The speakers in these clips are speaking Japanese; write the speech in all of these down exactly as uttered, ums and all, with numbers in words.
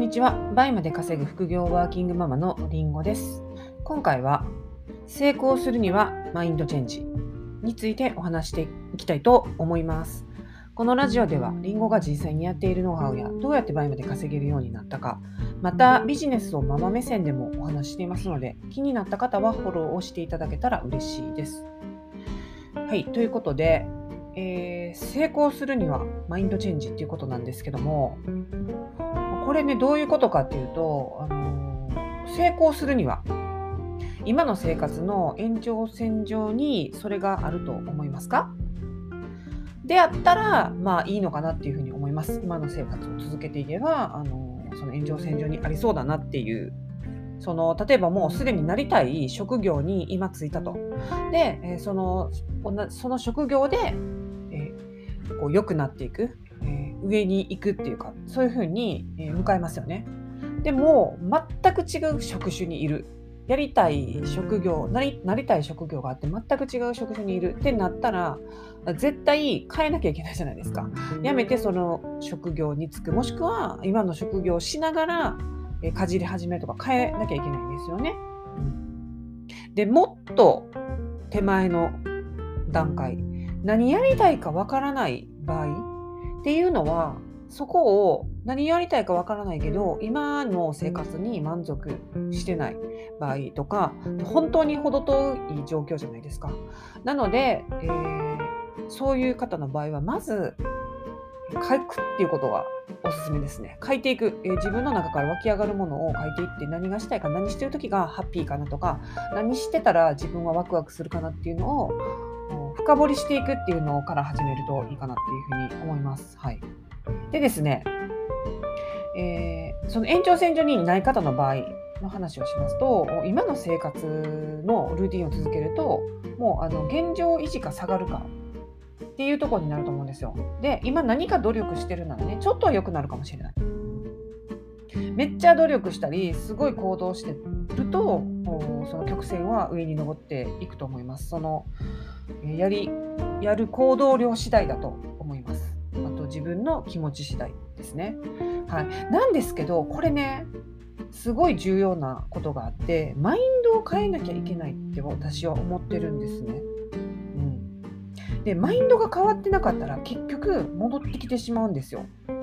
にちは。バイマで稼ぐ副業ワーキングママのりんごです。今回は成功するにはマインドチェンジについてお話していきたいと思います。このラジオではりんごが実際にやっているノウハウやどうやってバイマで稼げるようになったか、またビジネスをママ目線でもお話ししていますので、気になった方はフォローをしていただけたら嬉しいです。はい、ということで、えー、成功するにはマインドチェンジっていうことなんですけども、これね、どういうことかっていうと、あのー成功するには今の生活の延長線上にそれがあると思いますか？であったらまあいいのかなっていうふうに思います。今の生活を続けていけば、あのーその延長線上にありそうだなっていう、その例えばもうすでになりたい職業に今ついたと。で、えーそのその職業で、えーこう良くなっていく、えー上に行くっていうか、そういうふうに、えー向かいますよね。でも全く違う職種にいる、やりたい職業なり、なりたい職業があって全く違う職種にいるってなったら、絶対変えなきゃいけないじゃないですか。やめてその職業に就く、もしくは今の職業をしながらえーかじり始めるとか変えなきゃいけないんですよね。うんでもっと手前の段階、何やりたいかわからない場合っていうのは、そこを何やりたいかわからないけど今の生活に満足してない場合とか、本当に程遠い状況じゃないですか。なので、えーそういう方の場合はまず書くっていうことがおすすめですね。書いていく、えー自分の中から湧き上がるものを書いていって、何がしたいか、何してる時がハッピーかなとか、何してたら自分はワクワクするかなっていうのをお深掘りしていくっていうのから始めるといいかなっていうふうに思います。はい。でですね、えーその延長線上にない方の場合の話をしますと、今の生活のルーティンを続けると、もうあの現状維持か下がるかっていうところになると思うんですよ。で、今何か努力してるならね、ちょっとは良くなるかもしれない。めっちゃ努力したり、すごい行動してると、その曲線は上に登っていくと思います。そのやり、やる行動量次第だと思います。あと自分の気持ち次第ですね。はい。なんですけど、これね、すごい重要なことがあって、マインドを変えなきゃいけないって私は思ってるんですね。うん。で、マインドが変わってなかったら結局戻ってきてしまうんですよ。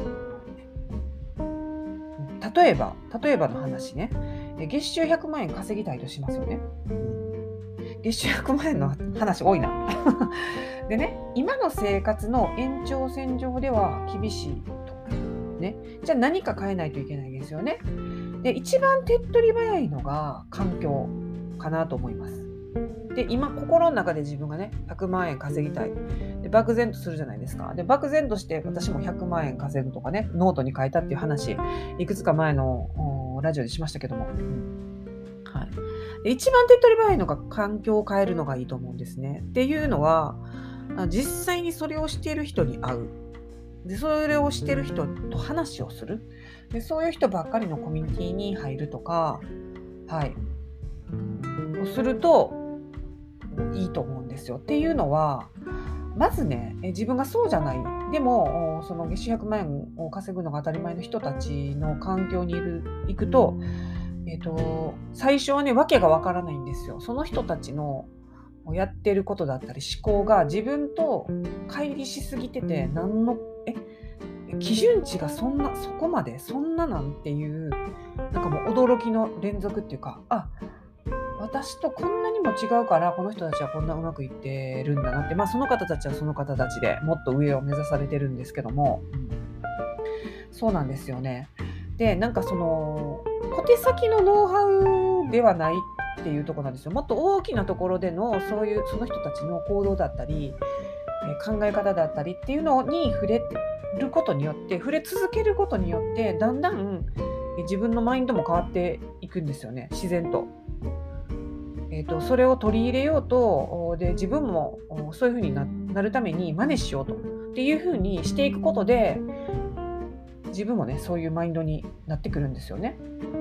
例えば、例えばの話ね、月収ひゃくまんえん稼ぎたいとしますよね。月収ひゃくまんえんの話多いな。でね、今の生活の延長線上では厳しいと。ね、じゃあ何か変えないといけないですよね。で、一番手っ取り早いのが環境かなと思います。で、今心の中で自分がね、ひゃくまんえん稼ぎたい。で、漠然とするじゃないですか。で、漠然として私もひゃくまんえん稼ぐとかね、ノートに書いたっていう話、いくつか前のラジオでしましたけども。うんはい。で、一番手っ取り早いのが環境を変えるのがいいと思うんですね。っていうのは、実際にそれをしている人に会う。で、それをしている人と話をする。で、そういう人ばっかりのコミュニティに入るとか、はい。をするといいと思うんですよ。っていうのは、まずね、自分がそうじゃない。でも、その月収ひゃくまんえんを稼ぐのが当たり前の人たちの環境にいる行くと、えっと、最初はね、わけがわからないんですよ。その人たちのやってることだったり思考が自分と乖離しすぎてて、何のえ基準値がそんなそこまでそんななんていう、なんかもう驚きの連続っていうか、あ、私とこんなにも違うからこの人たちはこんなうまくいってるんだなって、まあその方たちはその方たちでもっと上を目指されてるんですけども、うん、そうなんですよね。で、なんかその小手先のノウハウではないっていうところなんですよ。もっと大きなところでのそういうその人たちの行動だったり、えー考え方だったりっていうのに触れることによって、触れ続けることによってだんだんえー自分のマインドも変わっていくんですよね、自然と。えーと、それを取り入れようと、おで自分もおそういう風に な, なるために真似しようとっていう風にしていくことで、自分もね、そういうマインドになってくるんですよね。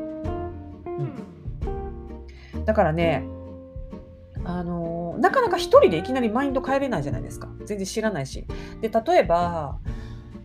うん、だからね、あのーなかなか一人でいきなりマインド変えれないじゃないですか。全然知らないし。で、例えば、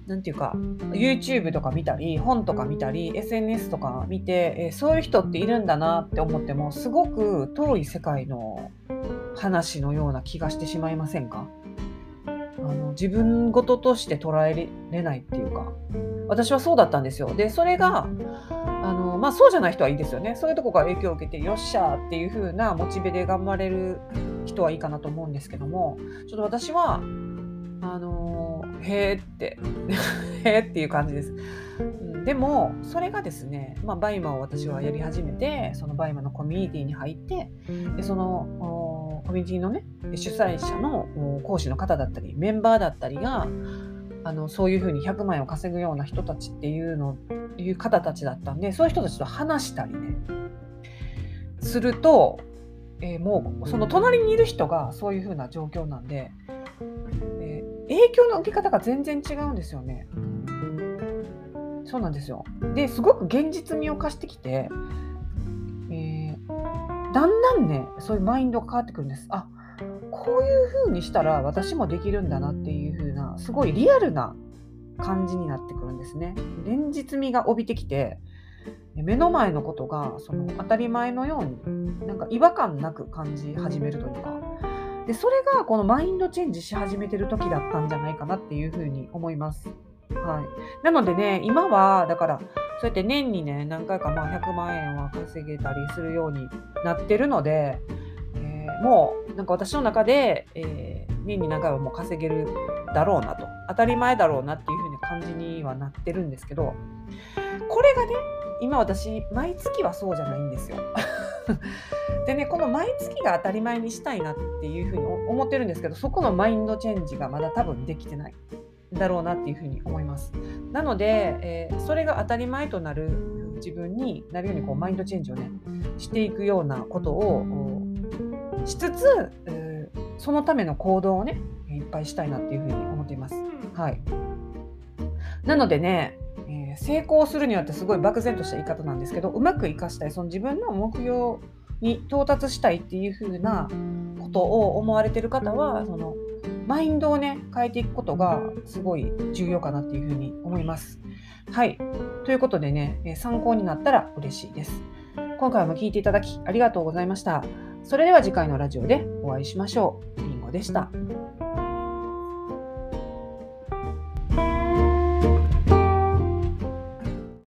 なんていうか YouTube とか見たり本とか見たり エスエヌエス とか見て、えーそういう人っているんだなって思ってもすごく遠い世界の話のような気がしてしまいませんか？あの自分事として捉えれないっていうか、私はそうだったんですよ。でそれがあの、まあ、そうじゃない人はいいですよね。そういうとこから影響を受けてよっしゃーっていう風なモチベで頑張れる人はいいかなと思うんですけども、ちょっと私はあのへーってへーっていう感じです。うんでもそれがですね、まあ、バイマを私はやり始めて、そのバイマのコミュニティに入って、でそのおコミュニティのね主催者のお講師の方だったりメンバーだったりがあのそういうふうにひゃくまん円を稼ぐような人たちっていうのいう方たちだったんで、そういう人たちと話したりねすると、えーもうその隣にいる人がそういうふうな状況なんで、えー影響の受け方が全然違うんですよね。そうなんですよ。ですごく現実味を貸してきて、えーだんだんねそういうマインドが変わってくるんです。あ、こういう風にしたら私もできるんだなっていう風なすごいリアルな感じになってくるんですね。現実味が帯びてきて、目の前のことがその当たり前のようになんか違和感なく感じ始めるというか、でそれがこのマインドチェンジし始めてる時だったんじゃないかなっていう風に思います。はい、なのでね、今はだからそうやって年にね何回かまあひゃくまん円は稼げたりするようになってるので、えーもうなんか私の中で、えー年に何回はもう稼げるだろうなと、当たり前だろうなっていう風な感じにはなってるんですけど、これがね今私毎月はそうじゃないんですよ。でね、この毎月が当たり前にしたいなっていう風に思ってるんですけど、そこのマインドチェンジがまだ多分できてないだろうなっていうふうに思います。なので、えーそれが当たり前となる自分になるようにこうマインドチェンジをねしていくようなことをおしつつ、えーそのための行動をねいっぱいしたいなっていうふうに思っています。はい。なのでね、えー成功するにはってすごい漠然とした言い方なんですけど、うまく活かしたい、その自分の目標に到達したいっていうふうなことを思われている方は、そのマインドをね変えていくことがすごい重要かなっていうふうに思います。はい。ということでね、えー参考になったら嬉しいです。今回も聞いていただきありがとうございました。それでは次回のラジオでお会いしましょう。りんごでした。